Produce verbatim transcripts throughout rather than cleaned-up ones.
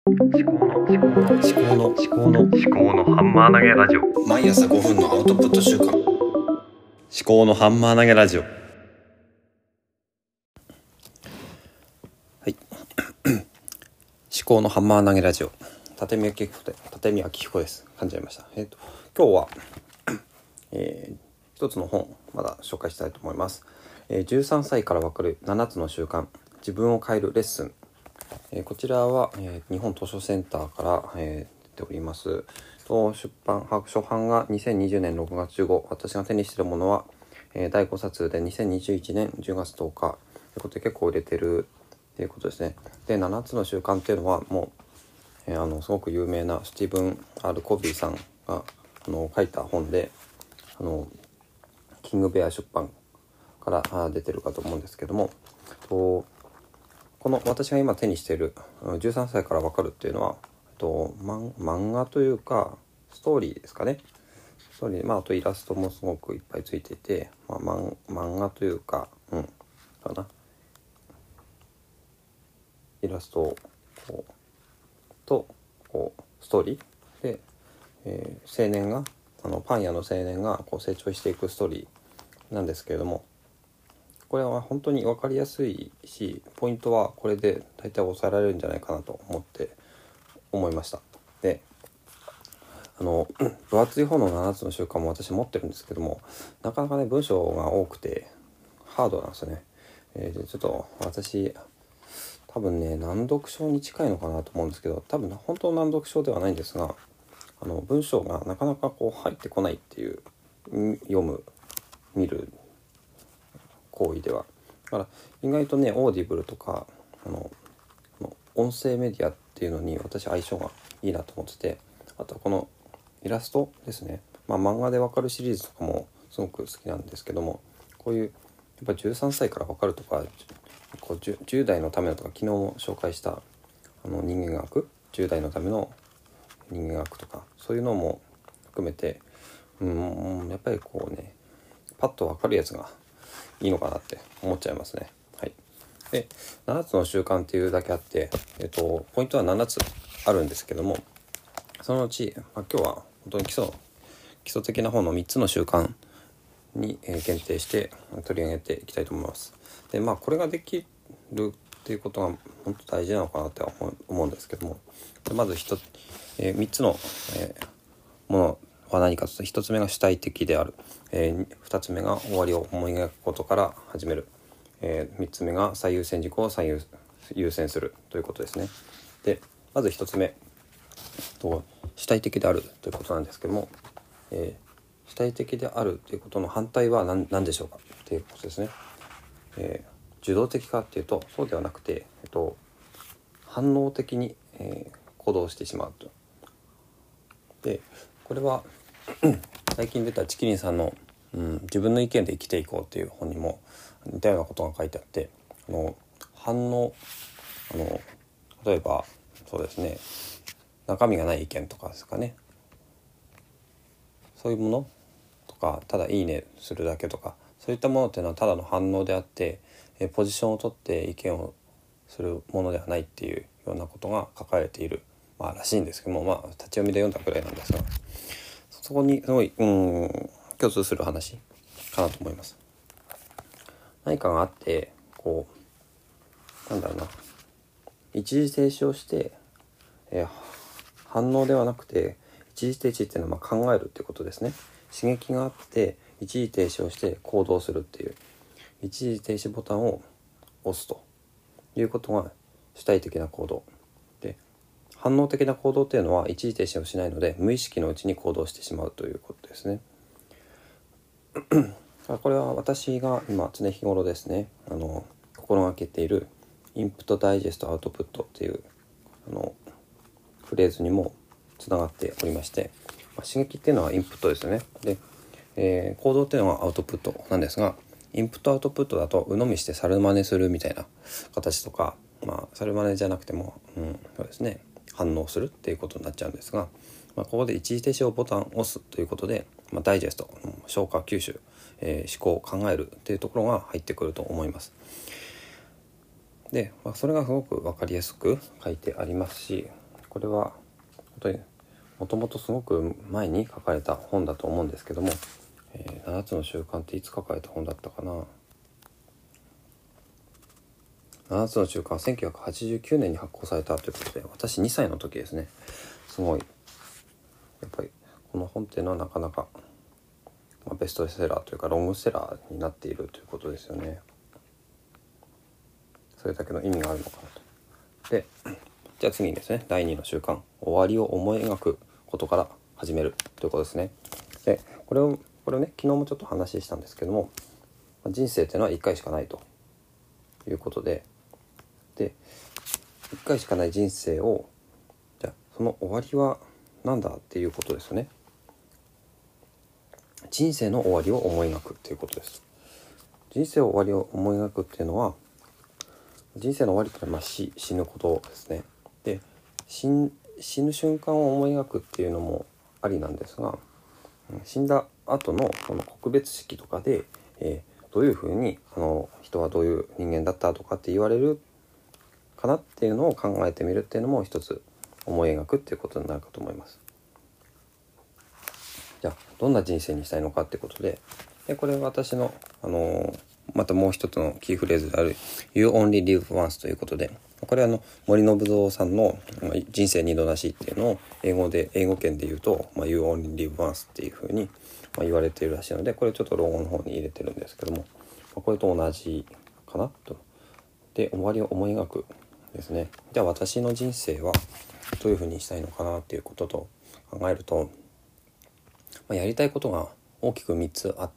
思考の思考の思考の思考の思考のハンマー投げラジオ。 毎朝ごふんのアウトプット週間。 思考のハンマー投げラジオ。はい。思考のハンマー投げラジオ。立見明彦で立見明彦です。噛んじゃいました。えっと今日は、えー、一つの本まだ紹介したいと思います。えー、じゅうさんさいからわかるななつの習慣、自分を変えるレッスン。えー、こちらは、えー、日本図書センターから、えー、出ております。と出版初版がにせんにじゅうねんろくがつじゅうご、私が手にしているものは、えー、だいごさつでにせんにじゅういちねんじゅうがつとおかということで結構売れてるということですね。でななつの習慣っていうのはもう、えー、あのすごく有名なスティーブン・アール・コビーさんがあの書いた本で、あのキングベア出版から出てるかと思うんですけども、とこの私が今手にしているじゅうさんさいからわかるっていうのは、と漫画というかストーリーですかね。ストーリー、まあ、あとイラストもすごくいっぱいついていて、まあ、漫, 漫画というか、うん、かな。イラストをこうとこうストーリーで、えー、青年があのパン屋の青年がこう成長していくストーリーなんですけれども、これは本当に分かりやすいし、ポイントはこれで大体抑えられるんじゃないかなと思って思いました。で、あの分厚い方のななつの習慣も私持ってるんですけども、なかなかね文章が多くてハードなんですよね。えー、でちょっと私多分ね難読症に近いのかなと思うんですけど、多分本当の難読症ではないんですが、あの文章がなかなかこう入ってこないっていう、読む見る行為ではだから意外とねオーディブルとかあの音声メディアっていうのに私相性がいいなと思ってて、あとはこのイラストですね、まあ、漫画でわかるシリーズとかもすごく好きなんですけども、こういうやっぱじゅうさんさいからわかるとかこう 10, じゅう代のためのとか、昨日も紹介したあの人間学じゅう代のための人間学とか、そういうのも含めて、うん、やっぱりこうねパッとわかるやつがいいのかなって思っちゃいますね。はい。でななつの習慣っていうだけあって、えっと、ポイントはななつあるんですけども、そのうち、まあ、今日は本当に基礎基礎的な方のみっつの習慣に、えー、限定して取り上げていきたいと思います。でまあこれができるっていうことが本当大事なのかなって思うんですけども、まず一つ、えー、みっつの、えー、ものは何かというと、ひとつめが主体的である、えー、ふたつめが終わりを思い描くことから始める、えー、みっつめが最優先事項を最優優先するということですね。でまずひとつめと主体的であるということなんですけども、えー、主体的であるということの反対は 何, 何でしょうかということですね。えー、受動的かっていうとそうではなくて、えっと、反応的に、えー、行動してしまうと。でこれは最近出たチキリンさんの、うん、自分の意見で生きていこうという本にも似たようなことが書いてあって、あの反応あの例えばそうですね、中身がない意見とかですかね、そういうものとか、ただいいねするだけとか、そういったものっていうのはただの反応であって、えポジションを取って意見をするものではないっていうようなことが書かれている、まあ、らしいんですけども、まあ立ち読みで読んだくらいなんですが、そこにすごいうん共通する話かなと思います。何かがあってこうなんだろうな、一時停止をして、えー、反応ではなくて一時停止っていうのはまあ考えるっていうことですね。刺激があって一時停止をして行動するっていう、一時停止ボタンを押すということが主体的な行動で、反応的な行動っていうのは一時停止をしないので無意識のうちに行動してしまうということですね。これは私が今常日頃ですね、あの心がけているインプットダイジェストアウトプットっていうあのフレーズにもつながっておりまして、まあ、刺激っていうのはインプットですよね。で、えー、行動っていうのはアウトプットなんですが、インプットアウトプットだと鵜呑みして猿真似するみたいな形とか、まあ猿真似じゃなくても、うん、そうですね、反応するっていうことになっちゃうんですが、まあ、ここで一時停止をボタンを押すということで、まあ、ダイジェスト、消化吸収、えー、思考考えるっていうところが入ってくると思います。で、まあ、それがすごく分かりやすく書いてありますし、 これは本当にもともとすごく前に書かれた本だと思うんですけども、えー、ななつの習慣っていつ書かれた本だったかな。ななつの習慣はせんきゅうひゃくはちじゅうきゅうねんに発行されたということで、私にさいの時ですね。すごいやっぱりこの本っていうのはなかなか、まあ、ベストセラーというかロングセラーになっているということですよね。それだけの意味があるのかなと。で、じゃあ次にですね、だいにの習慣、終わりを思い描くことから始めるということですね。で、これをこれをね、昨日もちょっと話したんですけども、人生っていうのはいっかいしかないということで、でいっかいしかない人生を、じゃあその終わりは何だっていうことですよね。人生の終わりを思い描くっていうことです。人生の終わりを思い描くっていうのは、人生の終わりってのはまあ 死, 死ぬことですね。で 死, 死ぬ瞬間を思い描くっていうのもありなんですが、死んだ後のその告別式とかで、えー、どういうふうにあの人はどういう人間だったとかって言われるかなっていうのを考えてみるっていうのも一つ思い描くっていうことになるかと思います。じゃあどんな人生にしたいのかってことで、でこれは私の、あのー、またもう一つのキーフレーズである You only live once ということで、これはあの森信蔵さんの人生二度なしっていうのを英語で英語圏で言うと、まあ、You only live once っていうふうに言われているらしいので、これちょっとロゴの方に入れてるんですけども、これと同じかなと。で終わりを思い描くですね。じゃあ私の人生はどういうふうにしたいのかなっていうことと考えると、まあ、やりたいことが大きくみっつあって、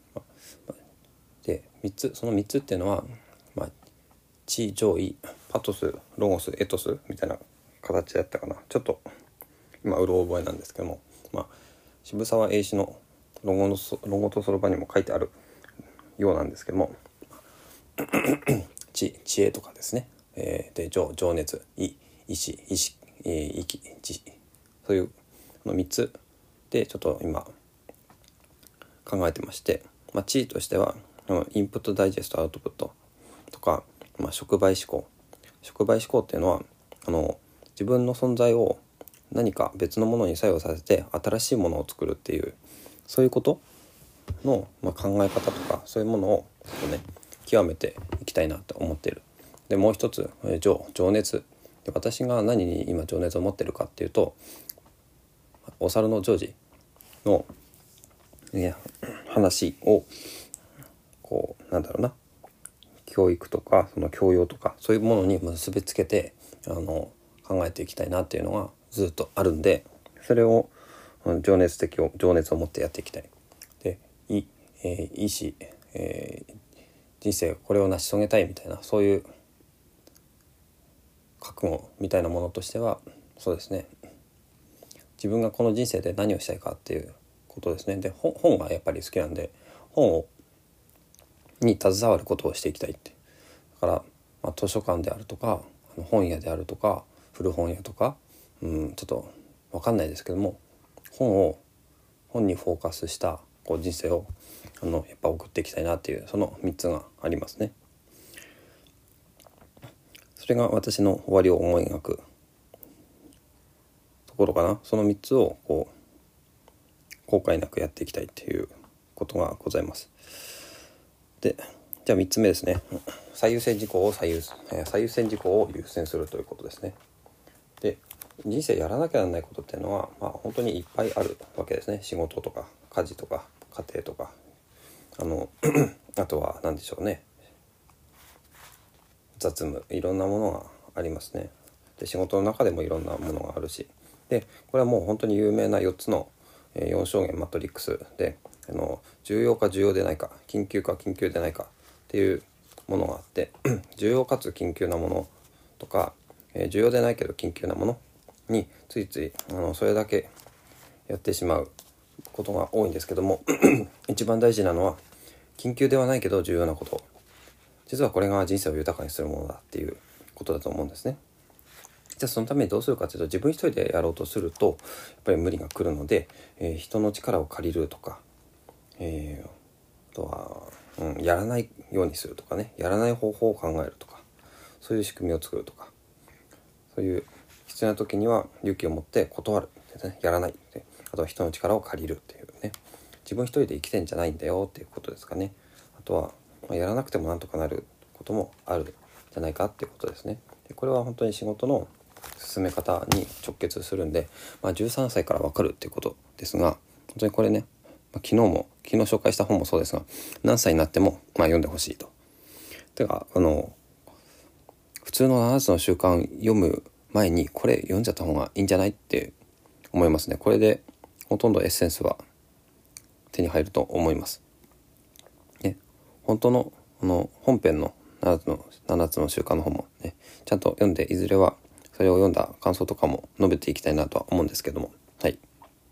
でみっつそのみっつっていうのは、まあ、知、情、意、パトス、ロゴス、エトスみたいな形だったかな。ちょっと今うろ覚えなんですけども、まあ、渋沢栄一のロゴのロゴとそろばんにも書いてあるようなんですけども知、知恵とかですね、えー、で情、情熱、意、意志、意識、えー、意気、知、そういうのみっつでちょっと今考えてまして、まあ、知としてはインプットダイジェストアウトプットとか、まあ、触媒思考触媒思考っていうのはあの自分の存在を何か別のものに作用させて新しいものを作るっていう、そういうことの、まあ、考え方とかそういうものをちょっとね極めていきたいなと思っている。でもう一つ、えー、情情熱で、私が何に今情熱を持ってるかっていうと、お猿のジョージの、ね、話をこうなんだろうな教育とかその教養とかそういうものに結びつけてあの考えていきたいなっていうのがずっとあるんで、それを情熱的を情熱を持ってやっていきたい。でい、えー、意志、えー、人生これを成し遂げたいみたいな、そういう覚悟みたいなものとしては、そうですね、自分がこの人生で何をしたいかっていうことですね。で 本, 本がやっぱり好きなんで、本をに携わることをしていきたいって。だから、まあ、図書館であるとか本屋であるとか古本屋とか、うん、ちょっと分かんないですけども、本を本にフォーカスしたこう人生をあのやっぱ送っていきたいなっていう、そのみっつがありますね。それが私の終わりを思い描くところかな。そのみっつをこう後悔なくやっていきたいっていうことがございます。でじゃあみっつめですね。最優先事項を最優、えー、最優先事項を優先するということですね。で人生やらなきゃならないことっていうのは、まあ、本当にいっぱいあるわけですね。仕事とか家事とか家庭とかあのあとは何でしょうね、雑務、いろんなものがありますね。で仕事の中でもいろんなものがあるし、でこれはもう本当に有名なよっつのよん象限マトリックスで、あの重要か重要でないか、緊急か緊急でないかっていうものがあって重要かつ緊急なものとか、えー、重要でないけど緊急なものについついあのそれだけやってしまうことが多いんですけども一番大事なのは緊急ではないけど重要なこと、実はこれが人生を豊かにするものだっていうことだと思うんですね。じゃあそのためにどうするかというと、自分一人でやろうとするとやっぱり無理が来るので、えー、人の力を借りるとか、えー、あとは、うん、やらないようにするとかね、やらない方法を考えるとか、そういう仕組みを作るとか、そういう必要な時には勇気を持って断るって、ね、やらないって、あとは人の力を借りるっていうね、自分一人で生きてんじゃないんだよっていうことですかね。あとは、まあ、やらなくてもなんとかなることもあるんじゃないかっていうことですね。でこれは本当に仕事の進め方に直結するんで、まあ、じゅうさんさいから分かるっていうことですが、本当にこれね、まあ、昨日も昨日紹介した本もそうですが、何歳になってもまあ読んでほしいと。てかあの普通のななつの習慣読む前にこれ読んじゃった方がいいんじゃないって思いますね。これでほとんどエッセンスは手に入ると思います。ね、本当のあの本編のななつのななつの習慣の本もね、ちゃんと読んで、いずれはそれを読んだ感想とかも述べていきたいなとは思うんですけども、はい。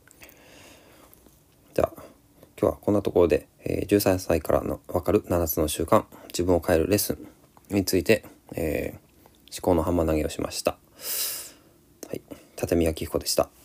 じゃあ今日はこんなところで、えー、じゅうさんさいからの分かるななつの習慣、自分を変えるレッスンについて、えー、思考のハンマー投げをしました。はい、立見明彦でした。